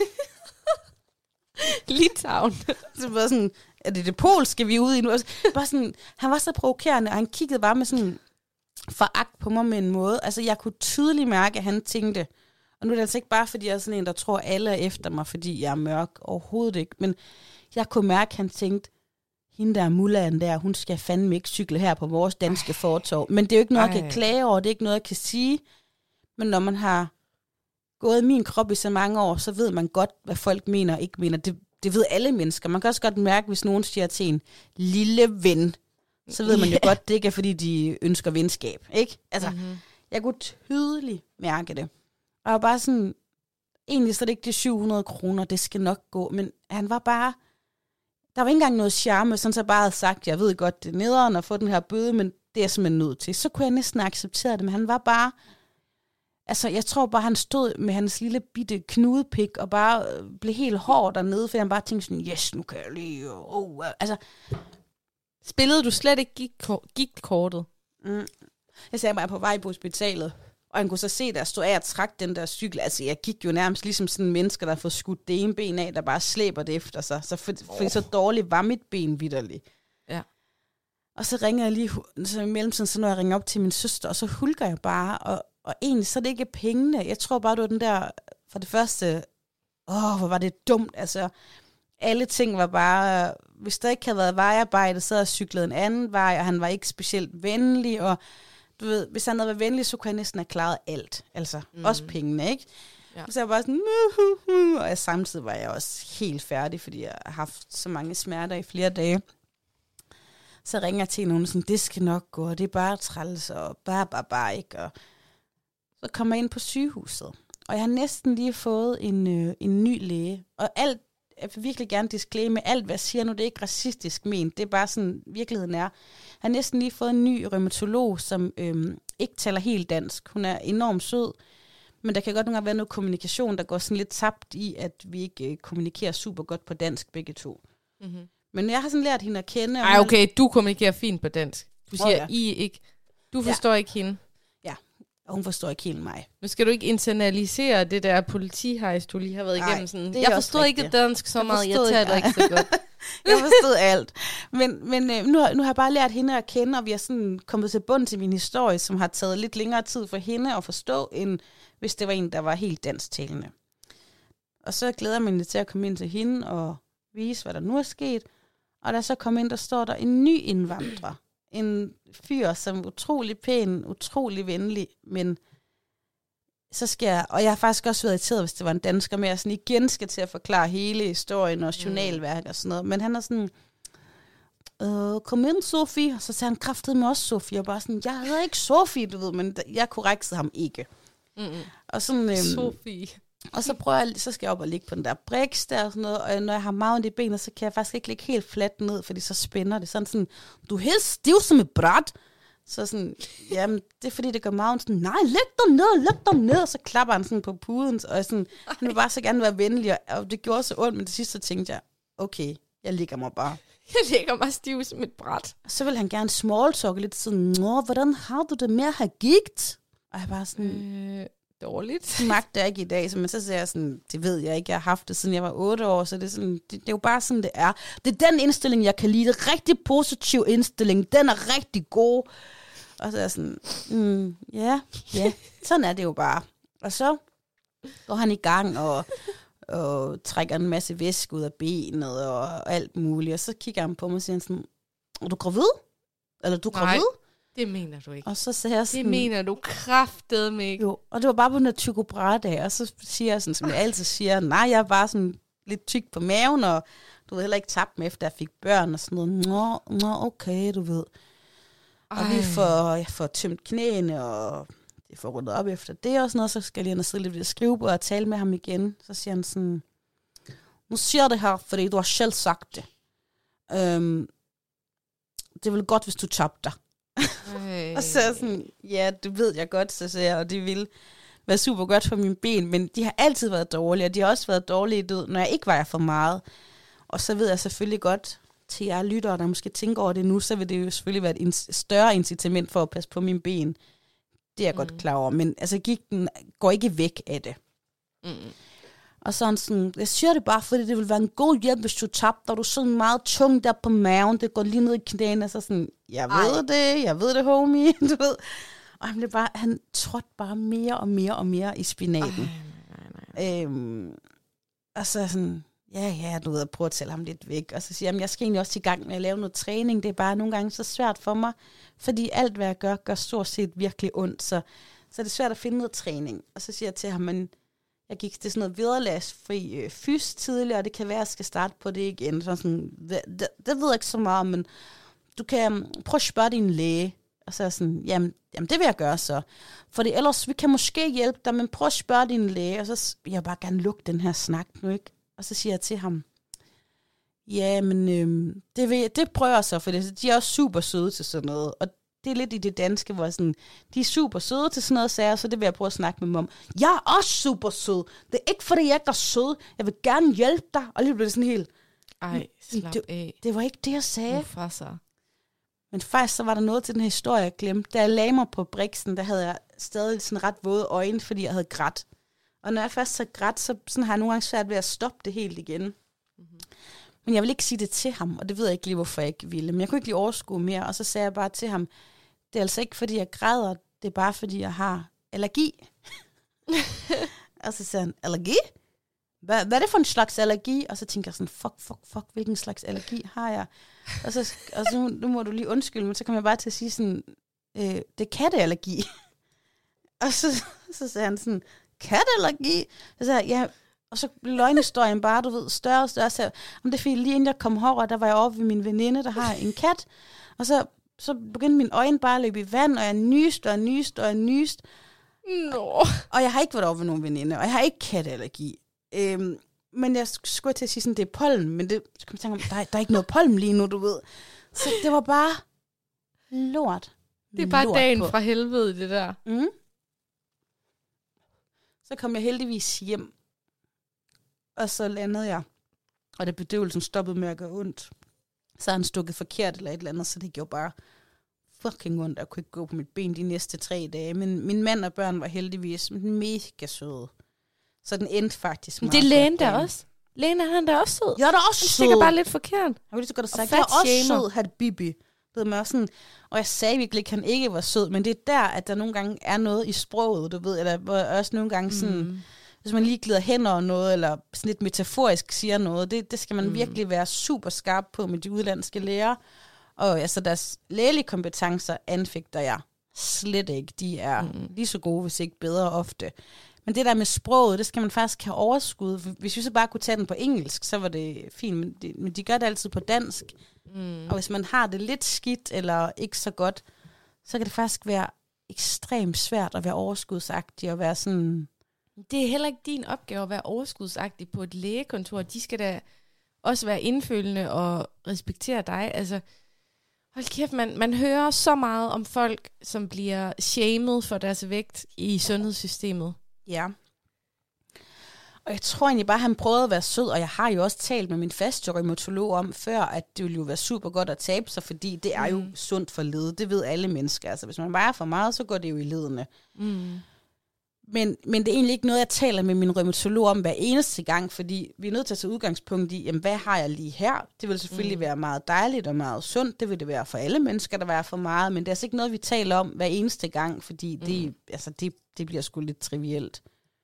Litauen. Så var sådan, er det polske, vi er ude i nu? Bare sådan, han var så provokerende, og han kiggede bare med sådan foragt på mig med en måde. Altså, jeg kunne tydeligt mærke, at han tænkte, og nu er det altså ikke bare, fordi jeg er sådan en, der tror, alle er efter mig, fordi jeg er mørk. Overhovedet ikke. Men jeg kunne mærke, at han tænkte, hende der mullaen der, hun skal fandme ikke cykle her på vores danske fortov. Men det er jo ikke noget, jeg kan klage over, det er ikke noget, jeg kan sige. Men når man har gået min krop i så mange år, så ved man godt, hvad folk mener og ikke mener. Det ved alle mennesker. Man kan også godt mærke, hvis nogen siger til en lille ven, så ved man jo godt, det ikke er, fordi de ønsker venskab. Ikke? Altså, jeg kunne tydeligt mærke det. Og jeg var bare sådan, egentlig så er det ikke de 700 kroner, det skal nok gå. Men han var bare, der var ikke engang noget charme, sådan så jeg bare havde sagt, jeg ved godt, det er nederen at få den her bøde, men det er jeg simpelthen nødt til. Så kunne jeg næsten acceptere det, men han var bare, altså jeg tror bare, han stod med hans lille bitte knudepik, og bare blev helt hård dernede, for han bare tænkte sådan, yes, nu kan jeg lige, altså. Spillede du slet ikke gigtkortet? Jeg sagde bare på vej på hospitalet, og han kunne så se, der stod af at trække den der cykel. Altså, jeg gik jo nærmest ligesom sådan en menneske, der har fået skudt det ene ben af, der bare slæber det efter sig. Så for så dårligt var mit ben vitterligt. Ja. Og så ringer jeg lige, så i mellemtiden, så når jeg ringer op til min søster, og så hulker jeg bare, og egentlig så er det ikke pengene. Jeg tror bare, det var den der, for det første, hvor var det dumt, altså. Alle ting var bare, hvis der ikke havde været vejarbejde, så havde jeg cyklet en anden vej, og han var ikke specielt venlig, og du ved, hvis han havde været venlig, så kunne jeg næsten have klaret alt. Altså, også pengene, ikke? Ja. Så jeg var bare sådan, og samtidig var jeg også helt færdig, fordi jeg har haft så mange smerter i flere dage. Så ringer jeg til nogen sådan, det skal nok gå, og det er bare træls, og bare ikke. Og så kommer jeg ind på sygehuset, og jeg har næsten lige fået en ny læge, og alt, jeg vil virkelig gerne disclaimer alt, hvad jeg siger nu, det er ikke racistisk ment, det er bare sådan, virkeligheden er. Jeg har næsten lige fået en ny rheumatolog, som ikke taler helt dansk. Hun er enormt sød, men der kan godt nogle gange være noget kommunikation, der går sådan lidt tabt i, at vi ikke kommunikerer super godt på dansk begge to. Mm-hmm. Men jeg har sådan lært hende at kende. Ej, okay, du kommunikerer fint på dansk. Du siger I ikke. Du forstår ikke hende. Og hun forstår ikke helt mig. Nu skal du ikke internalisere det der politihejs, du lige har været igennem. Sådan. Jeg forstår ikke dansk så meget, jeg taler ikke så godt. Jeg forstod alt. Men nu har jeg bare lært hende at kende, og vi er sådan kommet til bund til min historie, som har taget lidt længere tid for hende at forstå, end hvis det var en, der var helt dansktalende. Og så glæder jeg mig til at komme ind til hende og vise, hvad der nu er sket. Og da så kom ind, der står der en ny indvandrer. En fyr, som er utrolig pæn, utrolig venlig, men så skal jeg, og jeg har faktisk også været irriteret, hvis det var en dansker, men jeg sådan igen skal til at forklare hele historien og journalværk og sådan noget, men han er sådan, kom ind, Sofie, og så sagde han kraftedeme også Sofie, og bare sådan, jeg hedder ikke Sofie, du ved, men jeg korrektede ham ikke. Og sådan, Sofie. Og så prøver jeg, så skal jeg op og ligge på den der briks der og sådan noget, og når jeg har maven i benene, så kan jeg faktisk ikke ligge helt fladt ned, fordi så spænder det. Sådan, du er helt stiv som et bræt. Så sådan, jamen, det er fordi, det gør maven sådan, nej, læg dig ned, og så klapper han sådan på puden, og sådan, han vil bare så gerne være venlig, og det gjorde så ondt, men til sidst så tænkte jeg, okay, jeg ligger mig bare. Jeg ligger mig stiv som et bræt. Så vil han gerne smalltalke lidt sådan, hvordan har du det med at have gigt? Og jeg bare sådan, dårligt. Det magter jeg ikke i dag, men så siger jeg sådan, det ved jeg ikke, jeg har haft det siden jeg var 8 år, så det er, sådan, det er jo bare sådan, det er. Det er den indstilling, jeg kan lide. Det er rigtig positiv indstilling. Den er rigtig god. Og så er jeg sådan, ja, sådan er det jo bare. Og så går han i gang og trækker en masse væske ud af benet og alt muligt. Og så kigger han på mig og siger sådan, er du gravid? Eller du gravid? Det mener du ikke. Og så sagde jeg sådan, det mener du kraftedeme ikke. Jo, og det var bare på den her Tycho Brahe-dag, og så siger jeg sådan, som jeg altid siger, nej, jeg er bare sådan lidt tyk på maven, og du ved heller ikke tabt mig, efter jeg fik børn og sådan noget. Nå, okay, du ved. Og vi får tømt knæene, og jeg får rundet op efter det og sådan noget, så skal jeg lige ind og sidde lidt ved det skrivebord og tale med ham igen. Så siger han sådan, nu siger jeg det her, fordi du har selv sagt det. Det er vel godt, hvis du tabte dig. Og så er jeg sådan, ja, det ved jeg godt, så siger jeg, og det vil være super godt for mine ben, men de har altid været dårlige, og de har også været dårlige, når jeg ikke vejer for meget. Og så ved jeg selvfølgelig godt, til jer lyttere, der måske tænker over det nu, så vil det jo selvfølgelig være et større incitament for at passe på mine ben. Det er jeg godt klar over, men altså gigten går ikke væk af det. Og sådan, jeg siger det bare, fordi det vil være en god hjælp, hvis du tabte, og du er sådan meget tung der på maven, det går lige ned i knæene, og så sådan, jeg ved det, homie, du ved. Og han trådte bare mere og mere og mere i spinaten. Og så sådan, ja, du ved, at prøve at tælle ham lidt væk. Og så siger jeg skal egentlig også i gang med at lave noget træning. Det er bare nogle gange så svært for mig, fordi alt, hvad jeg gør stort set virkelig ondt. Så det er svært at finde noget træning. Og så siger jeg til ham, men jeg gik til sådan noget vederlagsfri fys tidligere, og det kan være, at jeg skal starte på det igen. Sådan, det ved jeg ikke så meget, men du kan prøve at spørge din læge. Og så er jeg sådan, jamen det vil jeg gøre så. Fordi ellers, vi kan måske hjælpe dig, men prøv at spørge din læge. Og så vil jeg bare gerne lukke den her snak nu, ikke? Og så siger jeg til ham, ja, men det prøver jeg så, for de er også super søde til sådan noget. Og det er lidt i det danske, hvor sådan, de er super søde til sådan noget, sager, så det vil jeg prøve at snakke med dem om. Jeg er også super sød. Det er ikke, fordi jeg ikke er sød. Jeg vil gerne hjælpe dig. Og lige blev det sådan helt, slap af. Det var ikke det, jeg sagde. Ufasser. Men faktisk så var der noget til den her historie, jeg glemte. Da jeg lagde mig på briksen, der havde jeg stadig sådan ret våde øjne, fordi jeg havde grædt. Og når jeg først så grædt, så sådan har jeg nogle gange svært ved at stoppe det helt igen. Mm-hmm. Men jeg vil ikke sige det til ham, og det ved jeg ikke lige, hvorfor jeg ikke ville. Men jeg kunne ikke lige overskue mere, og så sagde jeg bare til ham, det er altså ikke, fordi jeg græder, det er bare, fordi jeg har allergi. Og så sagde han, allergi? Hvad er det for en slags allergi? Og så tænker jeg sådan, fuck, hvilken slags allergi har jeg? Og så nu må du lige undskylde, men så kom jeg bare til at sige sådan, det er katteallergi. Og så sagde han sådan, katteallergi? Så sagde jeg, ja, og så blev løgnhistorien bare, du ved, større og større. Så om det er fordi, lige inden jeg kom herover, der var jeg oppe ved min veninde, der har en kat. Og så begyndte mine øjne bare at løbe i vand, og jeg nyste. No. Og jeg har ikke været over ved nogen veninde, og jeg har ikke katteallergi. Men jeg skulle til at sige sådan, det er pollen, men det så kom jeg tænke om, der er ikke noget pollen lige nu, du ved. Så det var bare lort. Det er bare dagen fra helvede, det der. Mm. Så kom jeg heldigvis hjem, og så landede jeg, og det bedøvelsen stoppede med at gøre ondt. Så han stukket forkert eller et eller andet, så det gjorde bare fucking ondt. Jeg kunne ikke gå på mit ben de næste 3 dage, men min mand og børn var heldigvis mega søde. Så den endte faktisk meget. Det er lægen der også. Lægen er han der også sød. Jeg er da også sød. Han stikker bare lidt forkert. Jeg vil lige så godt have sagt, jeg er også sød, had Bibi. Ved man også sådan, og jeg sagde virkelig ikke, at han ikke var sød, men det er der, at der nogle gange er noget i sproget, du ved, eller hvor også nogle gange sådan, hvis man lige glider hen over noget, eller sådan lidt metaforisk siger noget, det skal man virkelig være super skarp på med de udlandske læger. Og altså deres lægelige kompetencer anfægter jeg slet ikke. De er lige så gode, hvis ikke bedre ofte. Men det der med sproget, det skal man faktisk have overskud. Hvis vi så bare kunne tage den på engelsk, så var det fint, men de gør det altid på dansk. Og hvis man har det lidt skidt, eller ikke så godt, så kan det faktisk være ekstremt svært at være overskudsagtig, og være sådan... Det er heller ikke din opgave at være overskudsagtig på et lægekontor. De skal da også være indfølende og respektere dig. Altså, hold kæft, man hører så meget om folk, som bliver shamed for deres vægt i sundhedssystemet. Ja. Og jeg tror egentlig bare, at han prøvede at være sød, og jeg har jo også talt med min faste rheumatolog om før, at det ville jo være super godt at tabe sig, fordi det er jo sundt for led. Det ved alle mennesker. Altså, hvis man vejer for meget, så går det jo i ledene. Men det er egentlig ikke noget, jeg taler med min rheumatolog om hver eneste gang, fordi vi er nødt til at tage udgangspunkt i, jamen, hvad har jeg lige her? Det vil selvfølgelig være meget dejligt og meget sundt. Det vil det være for alle mennesker, der vejer for meget, men det er altså ikke noget, vi taler om hver eneste gang, fordi det bliver sgu lidt trivielt.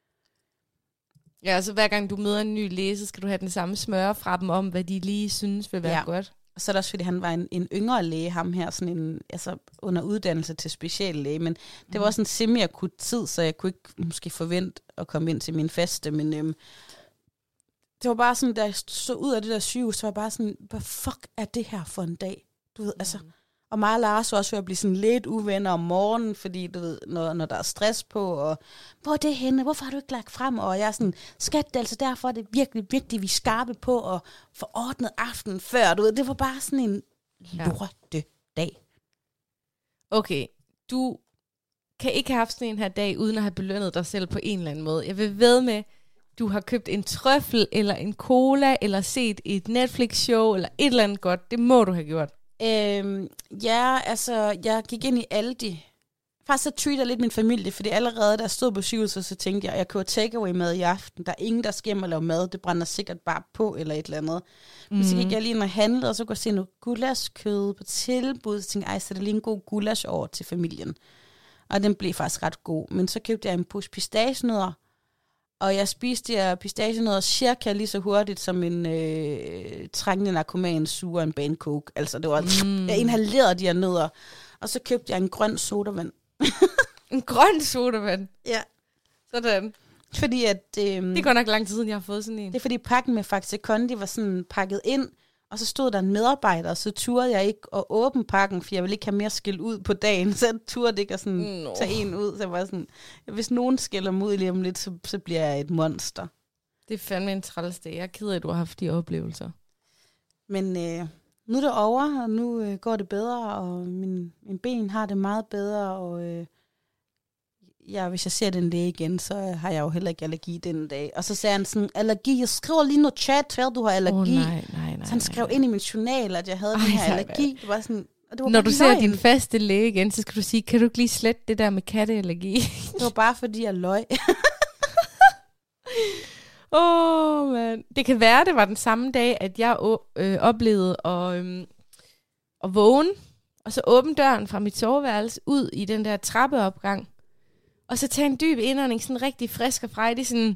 Ja, altså hver gang du møder en ny læge, så skal du have den samme smøre fra dem om, hvad de lige synes vil være godt. Og så er det også, fordi han var en yngre læge, ham her, sådan under uddannelse til speciallæge, men det var også en semi-akut tid, så jeg kunne ikke måske forvente at komme ind til min faste, men det var bare sådan, da jeg så ud af det der sygehus, så var jeg bare sådan, hvad fuck er det her for en dag? Du ved, altså, Og mig og Lars var også ved at blive sådan lidt uvenner om morgenen, fordi du ved, når der er stress på, og hvor er det henne? Hvorfor har du ikke lagt frem? Og jeg er sådan, skat, det er altså derfor, er det virkelig vigtigt, vi er skarpe på at få ordnet aftenen før. Du ved, det var bare sådan en lortedag. Okay, du kan ikke have haft sådan en her dag, uden at have belønnet dig selv på en eller anden måde. Jeg vil vædde med, du har købt en trøffel, eller en cola, eller set et Netflix-show, eller et eller andet godt. Det må du have gjort. Ja, altså, jeg gik ind i Aldi. Faktisk så treater lidt min familie, fordi allerede da jeg stod på sygehuset, så tænkte jeg køber takeaway mad i aften. Der er ingen, der skal hjem og lave mad. Det brænder sikkert bare på, eller et eller andet. Men så gik jeg lige ind og handlede, og så kunne jeg se noget gulaschkød på tilbud. Så tænkte jeg, så er det lige en god gulasch over til familien. Og den blev faktisk ret god. Men så købte jeg en pose pistagenødder, og jeg spiste de her pistagenødder cirka lige så hurtigt, som en trængende narkoman suger en banecoke. Altså, det var, jeg inhalerede de her nødder. Og så købte jeg en grøn sodavand. En grøn sodavand? Ja. Sådan. Fordi at... det går nok lang tid siden, jeg har fået sådan en. Det er fordi pakken med Faxe Kondi var sådan pakket ind, og så stod der en medarbejder, og så turde jeg ikke at åbne pakken, for jeg ville ikke have mere skæld ud på dagen, så jeg turde ikke at sådan tage en ud. Så jeg var sådan, hvis nogen skælder mig ud lige om lidt, så bliver jeg et monster. Det er fandme en træls dag. Jeg er ked af, at du har haft de oplevelser. Men nu er det over, og nu går det bedre, og min ben har det meget bedre, og hvis jeg ser den læge igen, så har jeg jo heller ikke allergi den dag. Og så sagde han sådan, allergi, jeg skriver lige noget chat, før du har allergi. Nej, så han skrev ind i min journal, at jeg havde den her allergi. Det var sådan, og det var når du ser din faste læge igen, så skal du sige, kan du ikke lige slette det der med katteallergi? Det var bare fordi, jeg løg. Man. Det kan være, det var den samme dag, at jeg oplevede at vågne, og så åbne døren fra mit soveværelse ud i den der trappeopgang, og så tage en dyb indånding, sådan rigtig frisk og frejdig, sådan...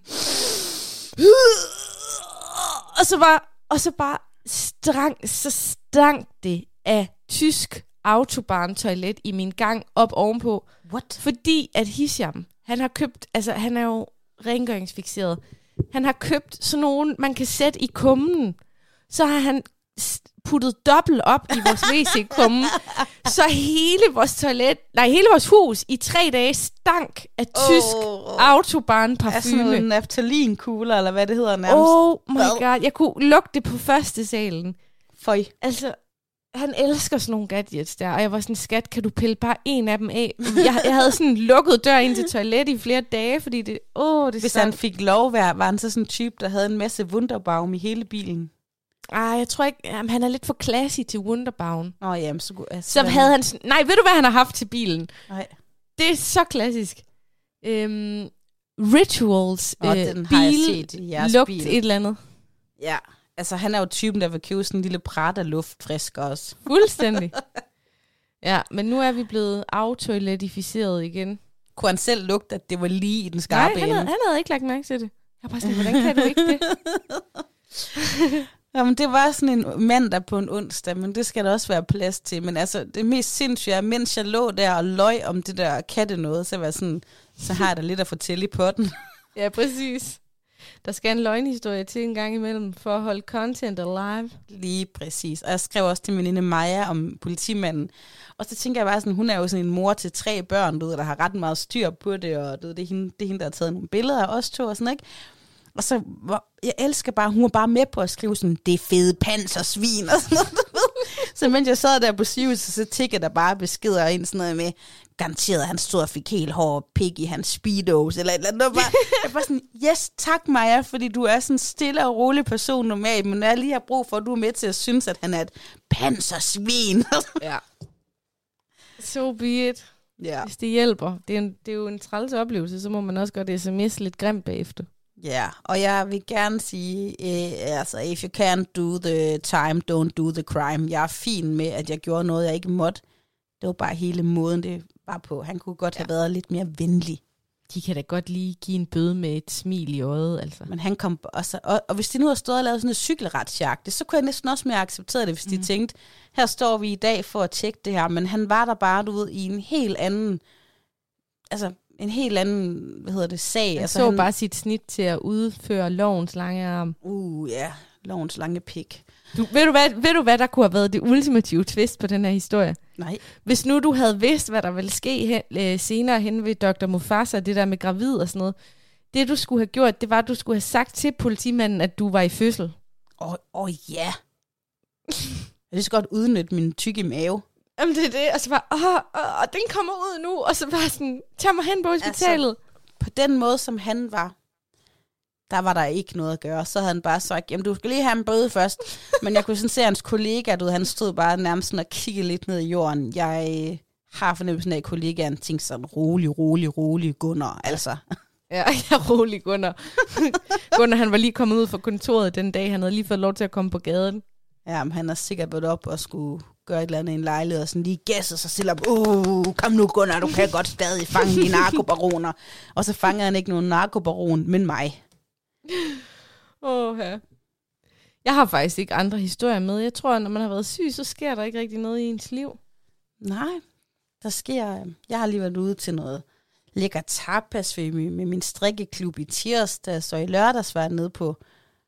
Og så bare stank det af tysk autobahntoilet i min gang op ovenpå. What? Fordi at Hisham, han har købt, altså han er jo rengøringsfikseret, han har købt sådan nogen, man kan sætte i kummen. Så har han puttet dobbelt op i vores WC-kumme. Så hele vores hus i 3 dage stank af tysk autobahnparfume. Altså noget naftalinkugle, eller hvad det hedder nærmest. Oh my god, jeg kunne lugte det på første salen. Føj. Altså, han elsker sådan nogle gadgets der, og jeg var sådan, skat, kan du pille bare en af dem af? Jeg havde sådan lukket dør ind til toilet i flere dage, fordi det Hvis han fik lov, var han så sådan en type, der havde en masse Wunderbaum i hele bilen? Jeg tror ikke, han er lidt for classy til Wunderbaum. Jamen, så havde han nej, ved du hvad han har haft til bilen? Nej. Det er så klassisk. Rituals den har jeg set i jeres lugt bil. Et eller andet. Ja, altså han er jo typen, der vil købe sådan en lille bræt af luftfrisk også. Fuldstændig. Ja, men nu er vi blevet autoiletificeret igen. Kunne han selv lugte, at det var lige i den skarpe ende? Nej, han havde ikke lagt mærke til det. Jeg bare sådan, hvordan kan du ikke det? Jamen, det var sådan en mandag på en onsdag, men det skal der også være plads til. Men altså, det mest sindssyge er, mens jeg lå der og løg om det der katte noget, så var sådan, så har jeg da lidt at fortælle i potten. Ja, præcis. Der skal en løgnhistorie til en gang imellem, for at holde content alive. Lige præcis. Og jeg skrev også til min veninde Maja om politimanden. Og så tænker jeg bare sådan, hun er jo sådan en mor til 3 børn, du ved, der har ret meget styr på det, og du ved, det er hende, der har taget nogle billeder af os 2 og sådan, ikke? Og så, jeg elsker bare, hun var bare med på at skrive sådan, det er fede pansersvin og sådan noget. Så mens jeg sad der på sygehuset, så tikkede der bare beskeder ind sådan noget med, garanteret, han stod og fik helt hård pik i hans speedos, eller et eller andet. Jeg var sådan, yes, tak Maja, fordi du er sådan en stille og rolig person normalt, men jeg lige har brug for, at du er med til at synes, at han er et pansersvin. Ja. So be it. Ja. Hvis det hjælper. Det er jo en træls oplevelse, så må man også godt sms lidt grimt bagefter. Ja, og jeg vil gerne sige, altså, if you can't do the time, don't do the crime. Jeg er fin med, at jeg gjorde noget, jeg ikke måtte. Det var bare hele måden, det var på. Han kunne godt have været lidt mere venlig. De kan da godt lige give en bøde med et smil i øjet, altså. Men han kom også, og hvis de nu har stået og lavet sådan en cykelretsjagt, så kunne jeg næsten også mere acceptere det, hvis de tænkte, her står vi i dag for at tjekke det her, men han var der bare, du ved, i en helt anden, sag. Han altså, så bare sit snit til at udføre lovens lange arm. Ja, lovens lange pik. Ved du hvad, der kunne have været det ultimative twist på den her historie? Nej. Hvis nu du havde vidst, hvad der ville ske senere hen ved Dr. Mufasa, det der med gravid og sådan noget. Det du skulle have gjort, det var, at du skulle have sagt til politimanden, at du var i fødsel. Ja. Jeg vil godt udnytte min tykke mave. Jamen det er det, og så var, den kommer ud nu, og så var sådan, tag mig hen på hospitalet. Altså, på den måde, som han var, der var der ikke noget at gøre. Så havde han bare sagt, jamen du skal lige have en bøde først. Men jeg kunne sådan se, at hans kollega, han stod bare nærmest sådan og kiggede lidt ned i jorden. Jeg har fornemmelsen af, at kollegaen tænkte sådan, rolig, Gunnar, altså. Ja, rolig Gunnar. Gunnar, han var lige kommet ud fra kontoret den dag, han havde lige fået lov til at komme på gaden. Ja, men han har sikkert været op og skulle gøre et eller andet i en lejlighed, og sådan lige gæsset sig selv op. Kom nu Gunnar, du kan godt stadig fange de narkobaroner. Og så fanger han ikke nogen narkobaron, men mig. Ja. Jeg har faktisk ikke andre historier med. Jeg tror, når man har været syg, så sker der ikke rigtig noget i ens liv. Nej, der sker... Jeg har lige været ude til noget lækker tapas med min strikkeklub i tirsdag, så i lørdags var jeg nede på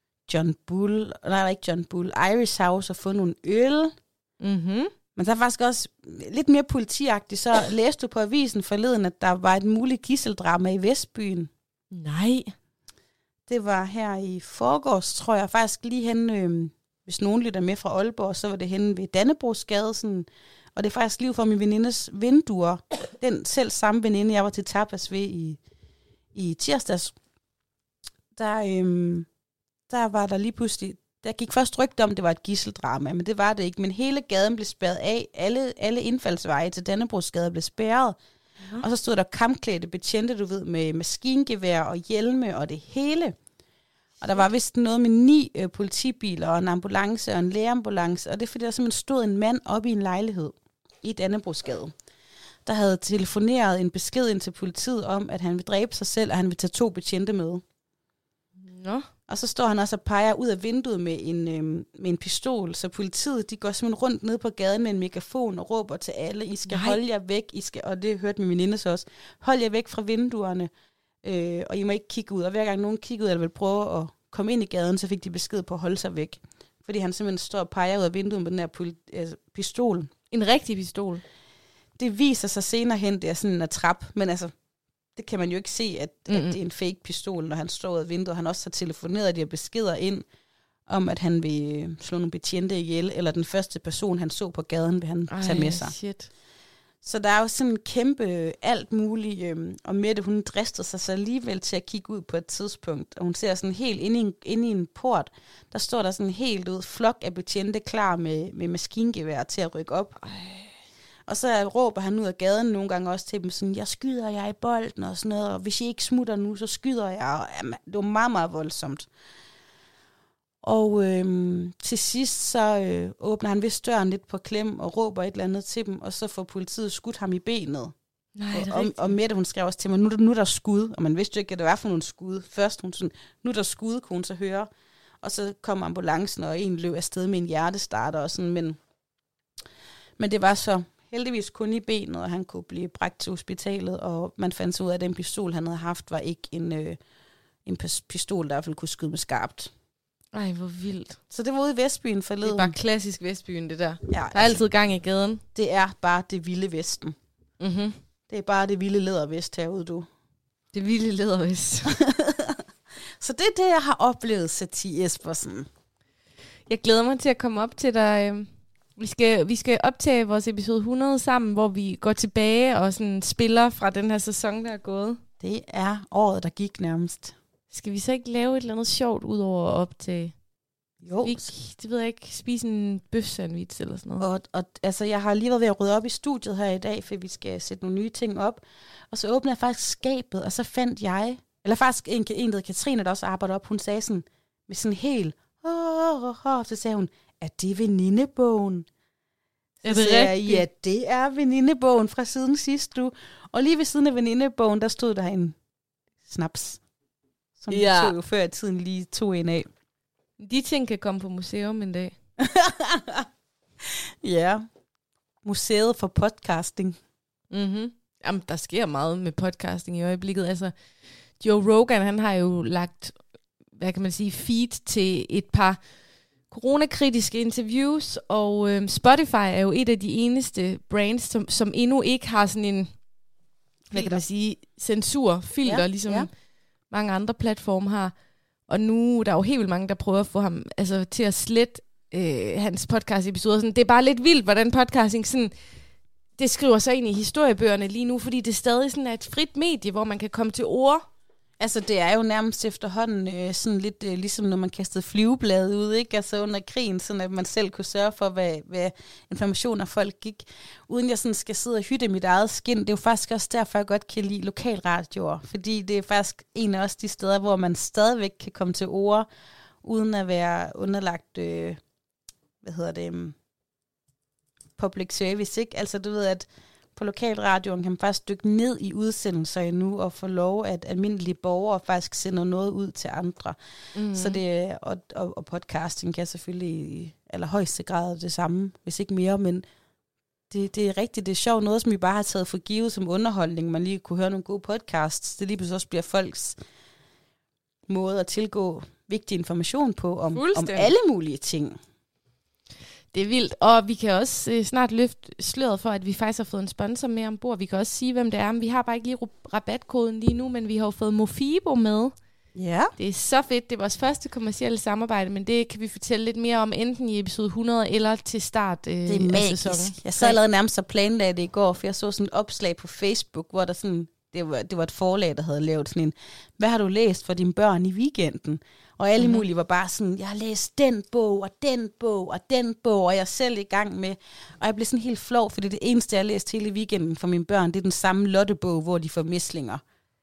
Irish House og få nogle øl. Mhm. Men der er faktisk også lidt mere politiagtigt, så læste du på avisen forleden, at der var et muligt gisseldrama i Vestbyen. Nej. Det var her i forgårs, tror jeg, faktisk lige hen, hvis nogen lytter med fra Aalborg, så var det henne ved Dannebrogsgade, sådan, og det er faktisk lige for min venindes vinduer. Den selv samme veninde, jeg var til tapas ved i tirsdags, der var der lige pludselig, der gik først rygte om, det var et gisseldrama, men det var det ikke. Men hele gaden blev spærret af, alle indfaldsveje til Dannebrogsgade blev spærret. Ja. Og så stod der kampklædte betjente, du ved, med maskingevær og hjelme og det hele. Og der var vist noget med 9 politibiler og en ambulance og en lægeambulance, og det er fordi, der simpelthen stod en mand oppe i en lejlighed i Dannebrogsgade, der havde telefoneret en besked ind til politiet om, at han vil dræbe sig selv, og han vil tage 2 betjente med. Nå. Og så står han også og peger ud af vinduet med en pistol, så politiet, de går simpelthen rundt ned på gaden med en megafon og råber til alle, I skal holde jer væk, og det hørte min veninde så også, hold jer væk fra vinduerne, og I må ikke kigge ud. Og hver gang nogen kiggede ud eller ville prøve at komme ind i gaden, så fik de besked på at holde sig væk. Fordi han simpelthen står og peger ud af vinduet med den her pistol. En rigtig pistol? Det viser sig senere hen, det er sådan en attrap, men altså, det kan man jo ikke se, at det er en fake pistol, når han står ud af vinduet. Han også har telefoneret de her beskeder ind, om at han vil slå nogle betjente ihjel, eller den første person, han så på gaden, vil han tage med sig. Shit. Så der er jo sådan en kæmpe alt muligt, og Mette, hun drister sig så alligevel til at kigge ud på et tidspunkt, og hun ser sådan helt inde i en port, der står der sådan helt ud, flok af betjente klar med maskingevær til at rykke op. Og så råber han ud af gaden nogle gange også til dem sådan, jeg skyder jer i bolden og sådan noget, og hvis I ikke smutter nu, så skyder jeg. Og, jamen, det var meget, meget voldsomt. Og til sidst så åbner han vist døren lidt på klem og råber et eller andet til dem, og så får politiet skudt ham i benet. Nej, og Mette, hun skrev også til mig, nu er der skud, og man vidste jo ikke, at det var for nogle skud. Først hun sådan, nu er der skud, kunne hun så høre. Og så kom ambulancen, og en løb afsted med en hjertestarter og sådan, men det var så heldigvis kun i benet, og han kunne blive bragt til hospitalet, og man fandt så ud af, at den pistol, han havde haft, var ikke en pistol, der i hvert fald kunne skyde med skarpt. Ej, hvor vildt. Så det var ude i Vestbyen forleden. Det er bare klassisk Vestbyen, det der. Ja, der er altid gang i gaden. Det er bare det vilde Vesten. Mhm. Det er bare det vilde lædervest herude, du. Det vilde lædervest. Så det er det, jeg har oplevet, Satie Espersen. Jeg glæder mig til at komme op til dig. Vi skal optage vores episode 100 sammen, hvor vi går tilbage og sådan spiller fra den her sæson, der er gået. Det er året, der gik nærmest. Skal vi så ikke lave et eller andet sjovt, ud over at optage? Jo. Det ved jeg ikke. Spise en bøf-sandwich eller sådan noget. Og altså, jeg har lige været ved at rydde op i studiet her i dag, for vi skal sætte nogle nye ting op. Og så åbnede jeg faktisk skabet, og så fandt jeg, eller faktisk en der hedder Katrine, der også arbejder op, hun sagde sådan, med sådan helt, så sagde hun, er det venindebogen? Er det rigtigt? Ja, det er venindebogen fra siden sidste uge. Og lige ved siden af venindebogen, der stod der en snaps, som vi tog jo før i tiden lige tog en af. De ting kan komme på museum en dag. Ja, museet for podcasting. Mhm. Jamen, der sker meget med podcasting i øjeblikket. Altså, Joe Rogan, han har jo lagt, hvad kan man sige, feed til et par coronakritiske interviews, og Spotify er jo et af de eneste brands, som endnu ikke har sådan en, hvad kan man sige, censurfilter, ligesom mange andre platforme har. Og nu der er jo helt vildt mange, der prøver at få ham til at slette hans podcast-episoder. Sådan, det er bare lidt vildt, hvordan podcasting sådan, det skriver sig ind i historiebøgerne lige nu, fordi det stadig sådan er et frit medie, hvor man kan komme til ord. Altså, det er jo nærmest efterhånden sådan lidt ligesom når man kastede flyveblade ud, ikke? Altså under krigen, sådan at man selv kunne sørge for, hvad informationer folk gik. Uden jeg sådan skal sidde og hytte mit eget skin. Det er jo faktisk også derfor, jeg godt kan lide lokalradioer. Fordi det er faktisk en af også de steder, hvor man stadigvæk kan komme til ord, uden at være underlagt, public service, ikke? Altså, du ved, at på lokalradioen kan man faktisk dykke ned i udsendelser endnu, og få lov, at almindelige borgere faktisk sender noget ud til andre. Så det, og podcasting kan selvfølgelig i allerhøjeste grad det samme, hvis ikke mere, men det er rigtigt, det er sjovt, noget som vi bare har taget for givet som underholdning, man lige kunne høre nogle gode podcasts, det lige pludselig også bliver folks måde at tilgå vigtig information på, om alle mulige ting. Det er vildt, og vi kan også snart løfte sløret for, at vi faktisk har fået en sponsor med ombord. Vi kan også sige, hvem det er, men vi har bare ikke lige rabatkoden lige nu, men vi har jo fået Mofibo med. Ja. Det er så fedt. Det er vores første kommercielle samarbejde, men det kan vi fortælle lidt mere om, enten i episode 100 eller til start det er magisk. Af sæsonen. Jeg sad allerede nærmest og planlagde det i går, for jeg så sådan et opslag på Facebook, hvor der sådan, det var et forlag, der havde lavet sådan en, hvad har du læst for dine børn i weekenden? Og alle mulige var bare sådan, jeg har læst den bog, og den bog, og den bog, og jeg er selv i gang med. Og jeg blev sådan helt flov, fordi det eneste, jeg har læst hele weekenden for mine børn, det er den samme lottebog, hvor de får mislinger.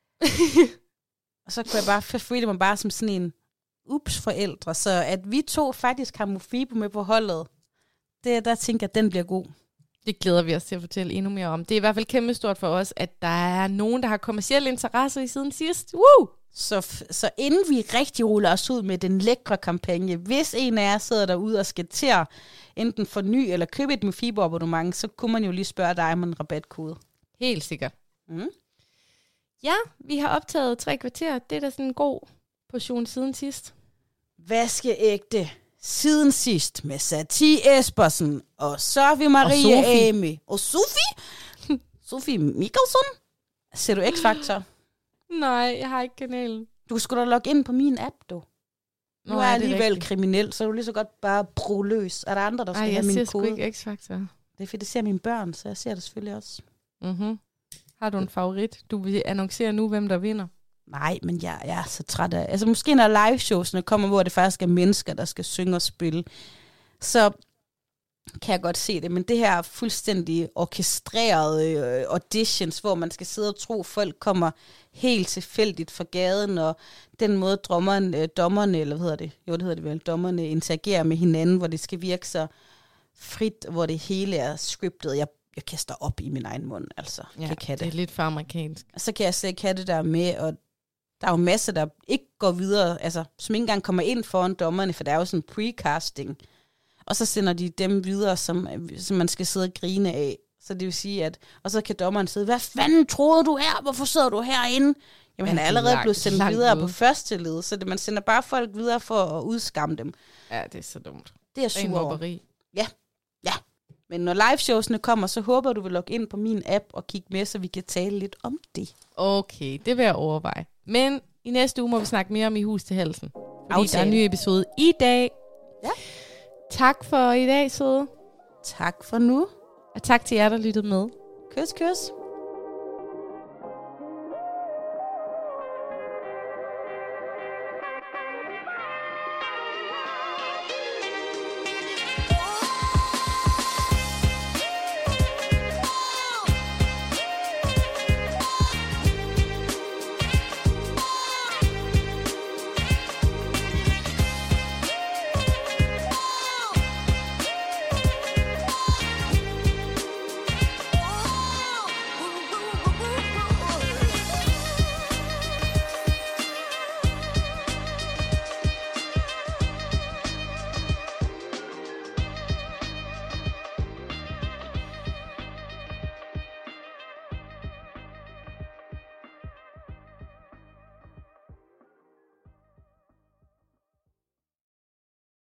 Og så kunne jeg bare føle mig bare som sådan en forældre. Så at vi to faktisk har Mofibo med på holdet, der tænker jeg, at den bliver god. Det glæder vi os til at fortælle endnu mere om. Det er i hvert fald kæmpestort for os, at der er nogen, der har kommercielle interesser i siden sidst. Woo! Så inden vi rigtig ruller os ud med den lækre kampagne, hvis en af jer sidder derude og skal til at enten forny eller købe et Mofibo abonnement, så kunne man jo lige spørge dig om en rabatkode. Helt sikkert. Ja, vi har optaget 3 kvarter. Det er da sådan en god portion siden sidst. Vaskeægte siden sidst med Satie Espersen og Sofie Marie Amy og Sofie Mikkelsen. Ser du X-Factor? Nej, jeg har ikke kanalen. Du skulle da logge ind på min app, du. Nu er jeg alligevel kriminel, så er du lige så godt bare bruge løs. Er der andre, der skal have min kode? Jeg ser sgu ikke X-Factor. Det er fordi, det ser mine børn, så jeg ser det selvfølgelig også. Har du en favorit? Du vil annoncere nu, hvem der vinder? Nej, men jeg er så træt af... Altså måske når live-showsene kommer, hvor det faktisk er mennesker, der skal synge og spille, så kan jeg godt se det. Men det her fuldstændig orkestrerede auditions, hvor man skal sidde og tro, folk kommer helt tilfældigt fra gaden, og den måde dommerne, eller hvad hedder det? Jo, det hedder det vel. Dommerne interagerer med hinanden, hvor det skal virke så frit, hvor det hele er scriptet. Jeg kaster op i min egen mund, altså. Ja, det er lidt for amerikansk. Og så kan jeg slet ikke have det der med, og der er jo masser, der ikke går videre, altså, som ikke engang kommer ind foran dommerne, for der er jo sådan precasting. Og så sender de dem videre, som man skal sidde og grine af. Så det vil sige, at... Og så kan dommeren sidde, hvad fanden troede du her? Hvorfor sidder du herinde? Jamen, han er allerede blevet sendt videre på første led, så man sender bare folk videre for at udskamme dem. Ja, det er så dumt. Det er sur. Ja. Men når liveshowsene kommer, så håber du vil logge ind på min app og kigge med, så vi kan tale lidt om det. Okay, det vil jeg overveje. Men i næste uge må vi snakke mere om I hus til halsen. Fordi der er en ny episode i dag. Ja. Tak for i dag, søde. Tak for nu. Og tak til jer, der lyttede med. Kys, kys.